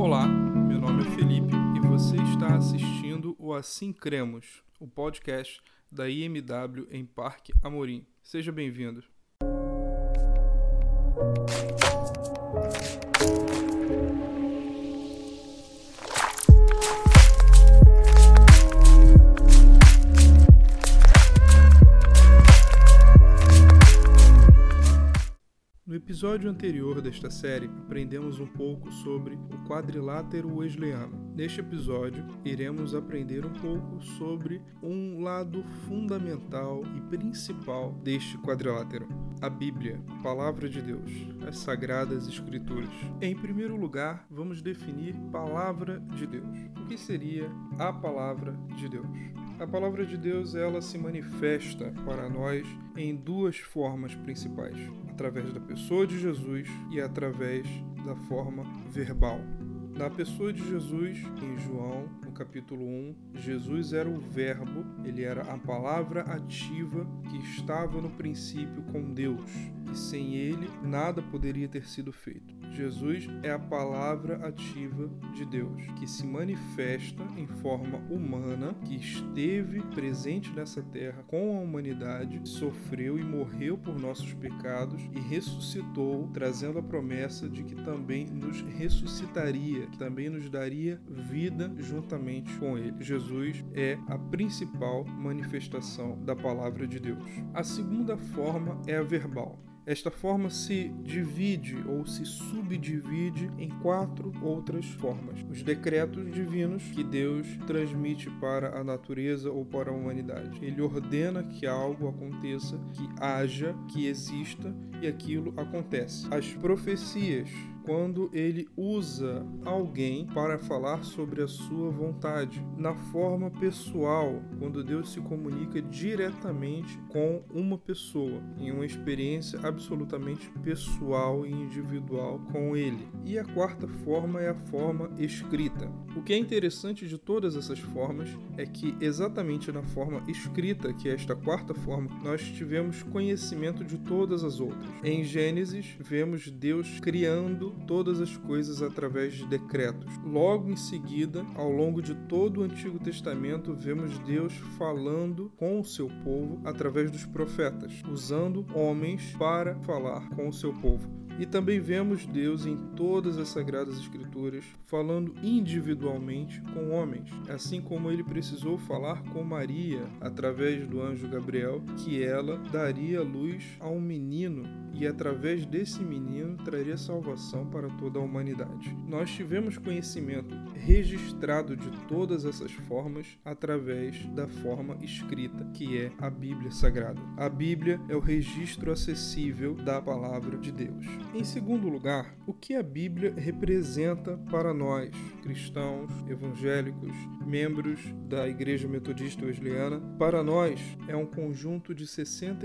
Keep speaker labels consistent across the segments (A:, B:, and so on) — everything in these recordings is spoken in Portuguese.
A: Olá, meu nome é Felipe e você está assistindo o Assim Cremos, o podcast da IMW em Parque Amorim. Seja bem-vindo. No episódio anterior desta série, aprendemos um pouco sobre o quadrilátero wesleyano. Neste episódio, iremos aprender um pouco sobre um lado fundamental e principal deste quadrilátero: a Bíblia, a Palavra de Deus, as Sagradas Escrituras. Em primeiro lugar, vamos definir Palavra de Deus. O que seria a Palavra de Deus? A Palavra de Deus, ela se manifesta para nós em duas formas principais: através da pessoa de Jesus e através da forma verbal. Na pessoa de Jesus, em João, no capítulo 1, Jesus era o Verbo, ele era a palavra ativa que estava no princípio com Deus, e sem ele nada poderia ter sido feito. Jesus é a palavra ativa de Deus, que se manifesta em forma humana, que esteve presente nessa terra com a humanidade, sofreu e morreu por nossos pecados e ressuscitou, trazendo a promessa de que também nos ressuscitaria, que também nos daria vida juntamente com ele. Jesus é a principal manifestação da palavra de Deus. A segunda forma é a verbal. Esta forma se divide ou se subdivide em 4 outras formas: os decretos divinos que Deus transmite para a natureza ou para a humanidade. Ele ordena que algo aconteça, que haja, que exista, e aquilo acontece. As profecias, quando ele usa alguém para falar sobre a sua vontade. Na forma pessoal, quando Deus se comunica diretamente com uma pessoa, em uma experiência absolutamente pessoal e individual com ele. E a quarta forma é a forma escrita. O que é interessante de todas essas formas é que exatamente na forma escrita, que é esta quarta forma, nós tivemos conhecimento de todas as outras. Em Gênesis, vemos Deus criando todas as coisas através de decretos. Logo em seguida, ao longo de todo o Antigo Testamento, vemos Deus falando com o seu povo através dos profetas, usando homens para falar com o seu povo. E também vemos Deus em todas as Sagradas Escrituras falando individualmente com homens, assim como ele precisou falar com Maria através do anjo Gabriel, que ela daria luz a um menino e através desse menino traria salvação para toda a humanidade. Nós tivemos conhecimento registrado de todas essas formas através da forma escrita, que é a Bíblia Sagrada. A Bíblia é o registro acessível da Palavra de Deus. Em segundo lugar, o que a Bíblia representa para nós, cristãos, evangélicos, membros da Igreja Metodista Wesleyana? Para nós, é um conjunto de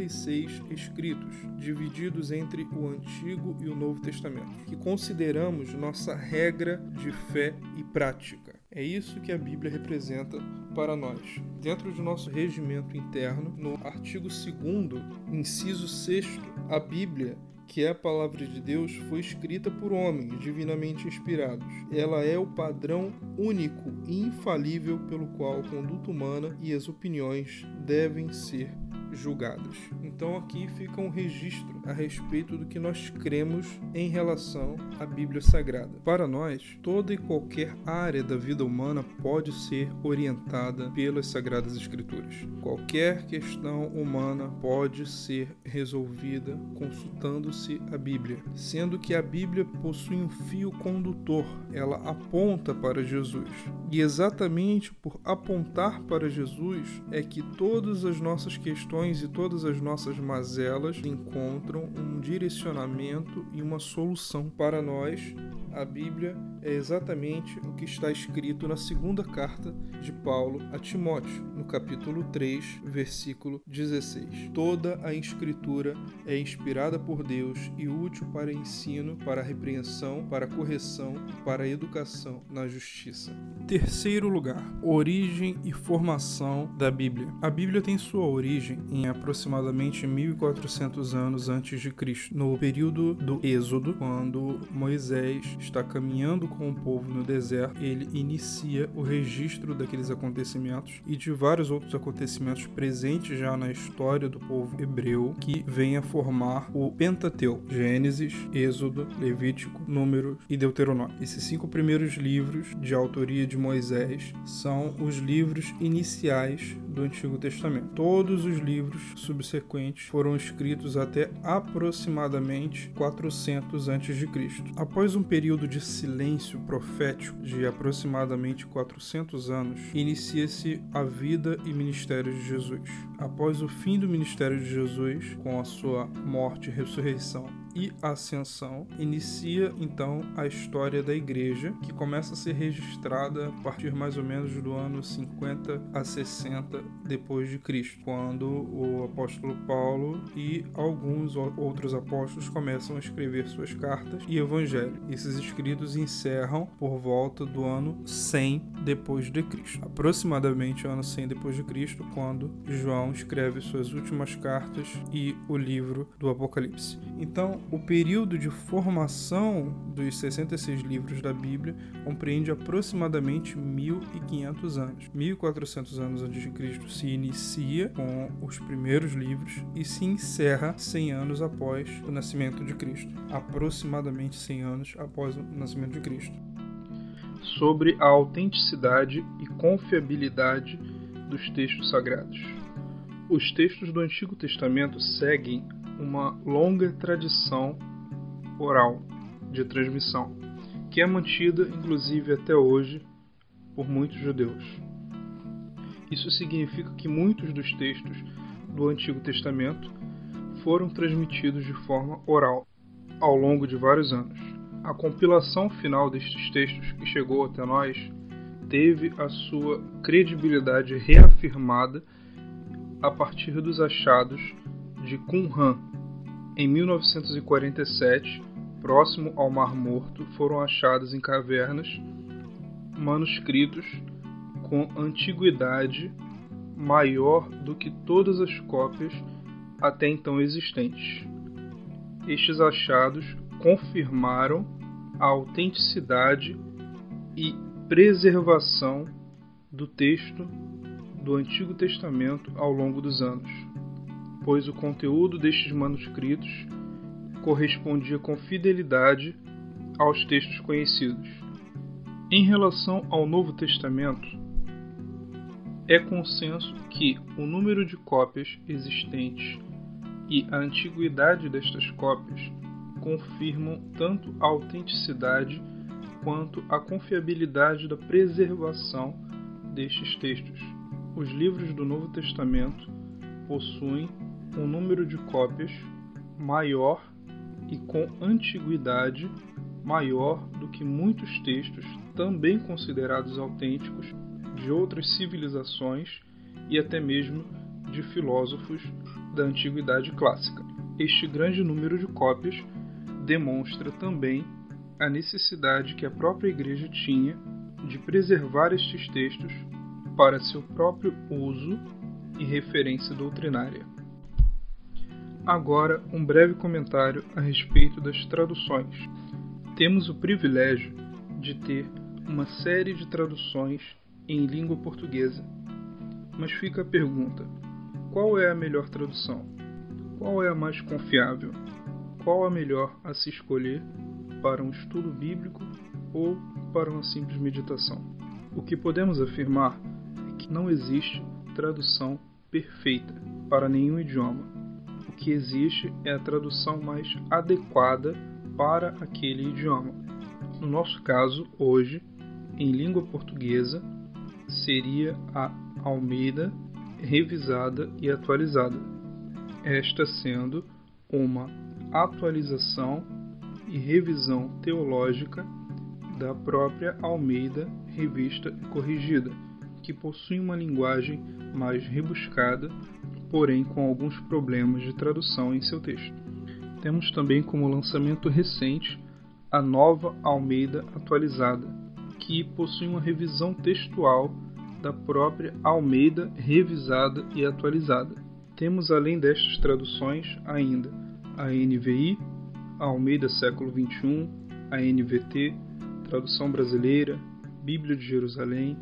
A: 66 escritos, divididos entre o Antigo e o Novo Testamento, que consideramos nossa regra de fé e prática. É isso que a Bíblia representa para nós. Dentro do nosso regimento interno, no artigo 2º, inciso 6º, a Bíblia, que é a palavra de Deus, foi escrita por homens divinamente inspirados. Ela é o padrão único e infalível pelo qual a conduta humana e as opiniões devem ser julgadas. Então aqui fica um registro a respeito do que nós cremos em relação à Bíblia Sagrada. Para nós, toda e qualquer área da vida humana pode ser orientada pelas Sagradas Escrituras. Qualquer questão humana pode ser resolvida consultando-se a Bíblia, sendo que a Bíblia possui um fio condutor. Ela aponta para Jesus. E exatamente por apontar para Jesus é que todas as nossas questões e todas as nossas mazelas encontram um direcionamento e uma solução. Para nós, a Bíblia é exatamente o que está escrito na segunda carta de Paulo a Timóteo, no capítulo 3, versículo 16. Toda a Escritura é inspirada por Deus e útil para ensino, para repreensão, para correção e para educação na justiça. Terceiro lugar, origem e formação da Bíblia. A Bíblia tem sua origem em aproximadamente 1400 anos antes de Cristo, no período do Êxodo, quando Moisés está caminhando com o povo no deserto, ele inicia o registro daqueles acontecimentos e de vários outros acontecimentos presentes já na história do povo hebreu que vem a formar o Pentateuco: Gênesis, Êxodo, Levítico, Números e Deuteronômio. Esses 5 primeiros livros de autoria de Moisés são os livros iniciais do Antigo Testamento. Todos os livros subsequentes foram escritos até aproximadamente 400 a.C. Após um período de silêncio profético de aproximadamente 400 anos, inicia-se a vida e ministério de Jesus. Após o fim do ministério de Jesus, com a sua morte, ressurreição e ascensão, inicia então a história da igreja, que começa a ser registrada a partir mais ou menos do ano 50 a 60 depois de Cristo, quando o apóstolo Paulo e alguns outros apóstolos começam a escrever suas cartas e evangelho. Esses escritos encerram por volta do ano 100 depois de Cristo, aproximadamente o ano 100 depois de Cristo, quando João escreve suas últimas cartas e o livro do Apocalipse. Então, o período de formação dos 66 livros da Bíblia compreende aproximadamente 1.500 anos. 1.400 anos antes de Cristo se inicia com os primeiros livros e se encerra 100 anos após o nascimento de Cristo. Aproximadamente 100 anos após o nascimento de Cristo. Sobre a autenticidade e confiabilidade dos textos sagrados. Os textos do Antigo Testamento seguem uma longa tradição oral de transmissão, que é mantida inclusive até hoje por muitos judeus. Isso significa que muitos dos textos do Antigo Testamento foram transmitidos de forma oral ao longo de vários anos. A compilação final destes textos que chegou até nós teve a sua credibilidade reafirmada a partir dos achados de Qumran. Em 1947, próximo ao Mar Morto, foram achados em cavernas manuscritos com antiguidade maior do que todas as cópias até então existentes. Estes achados confirmaram a autenticidade e preservação do texto do Antigo Testamento ao longo dos anos, pois o conteúdo destes manuscritos correspondia com fidelidade aos textos conhecidos. Em relação ao Novo Testamento, é consenso que o número de cópias existentes e a antiguidade destas cópias confirmam tanto a autenticidade quanto a confiabilidade da preservação destes textos. Os livros do Novo Testamento possuem um número de cópias maior e com antiguidade maior do que muitos textos também considerados autênticos de outras civilizações e até mesmo de filósofos da Antiguidade Clássica. Este grande número de cópias demonstra também a necessidade que a própria Igreja tinha de preservar estes textos para seu próprio uso e referência doutrinária. Agora, um breve comentário a respeito das traduções. Temos o privilégio de ter uma série de traduções em língua portuguesa, mas fica a pergunta: qual é a melhor tradução? Qual é a mais confiável? Qual a melhor a se escolher para um estudo bíblico ou para uma simples meditação? O que podemos afirmar é que não existe tradução perfeita para nenhum idioma. O que existe é a tradução mais adequada para aquele idioma. No nosso caso, hoje, em língua portuguesa, seria a Almeida revisada e atualizada, esta sendo uma atualização e revisão teológica da própria Almeida revista e corrigida, que possui uma linguagem mais rebuscada, porém com alguns problemas de tradução em seu texto. Temos também como lançamento recente a nova Almeida atualizada, que possui uma revisão textual da própria Almeida revisada e atualizada. Temos, além destas traduções, ainda a NVI, a Almeida século XXI, a NVT, Tradução Brasileira, Bíblia de Jerusalém,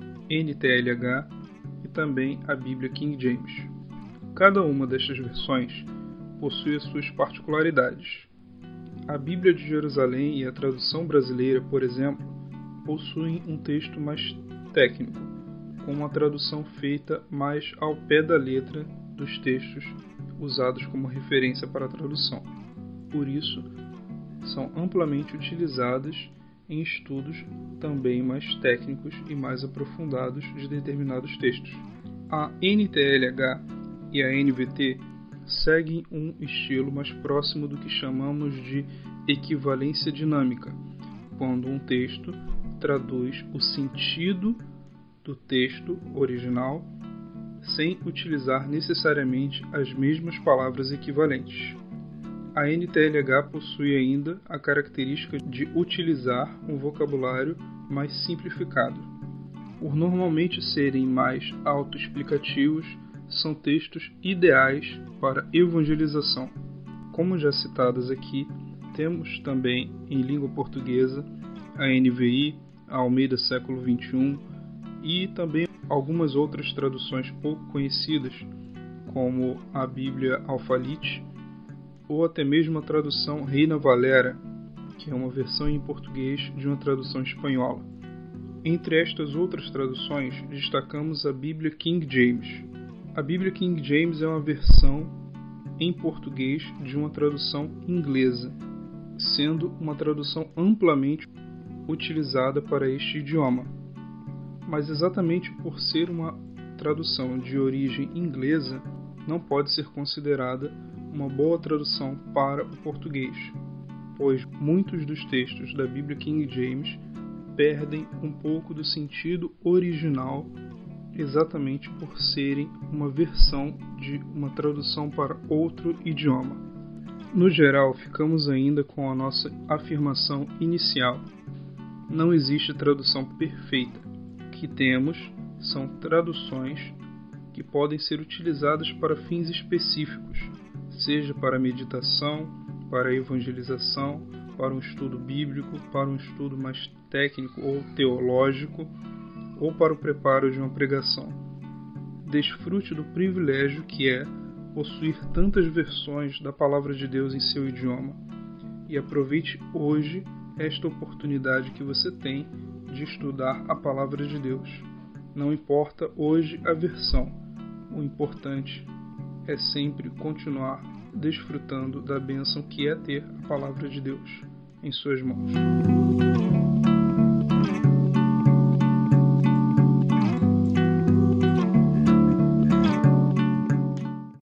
A: NTLH e também a Bíblia King James. Cada uma destas versões possui as suas particularidades. A Bíblia de Jerusalém e a Tradução Brasileira, por exemplo, possuem um texto mais técnico, com uma tradução feita mais ao pé da letra dos textos usados como referência para a tradução. Por isso, são amplamente utilizadas em estudos também mais técnicos e mais aprofundados de determinados textos. A NTLH e a NVT seguem um estilo mais próximo do que chamamos de equivalência dinâmica, quando um texto traduz o sentido do texto original sem utilizar necessariamente as mesmas palavras equivalentes. A NTLH possui ainda a característica de utilizar um vocabulário mais simplificado. Por normalmente serem mais autoexplicativos, são textos ideais para evangelização. Como já citadas aqui, temos também em língua portuguesa a NVI, a Almeida Século XXI, e também algumas outras traduções pouco conhecidas, como a Bíblia Alfalite, ou até mesmo a tradução Reina Valera, que é uma versão em português de uma tradução espanhola. Entre estas outras traduções, destacamos a Bíblia King James. A Bíblia King James é uma versão em português de uma tradução inglesa, sendo uma tradução amplamente utilizada para este idioma. Mas exatamente por ser uma tradução de origem inglesa, não pode ser considerada uma boa tradução para o português, pois muitos dos textos da Bíblia King James perdem um pouco do sentido original exatamente por serem uma versão de uma tradução para outro idioma. No geral, ficamos ainda com a nossa afirmação inicial. Não existe tradução perfeita. O que temos são traduções que podem ser utilizadas para fins específicos, seja para meditação, para evangelização, para um estudo bíblico, para um estudo mais técnico ou teológico, ou para o preparo de uma pregação. Desfrute do privilégio que é possuir tantas versões da Palavra de Deus em seu idioma e aproveite hoje esta oportunidade que você tem de estudar a Palavra de Deus. Não importa hoje a versão, o importante é sempre continuar desfrutando da bênção que é ter a Palavra de Deus em suas mãos.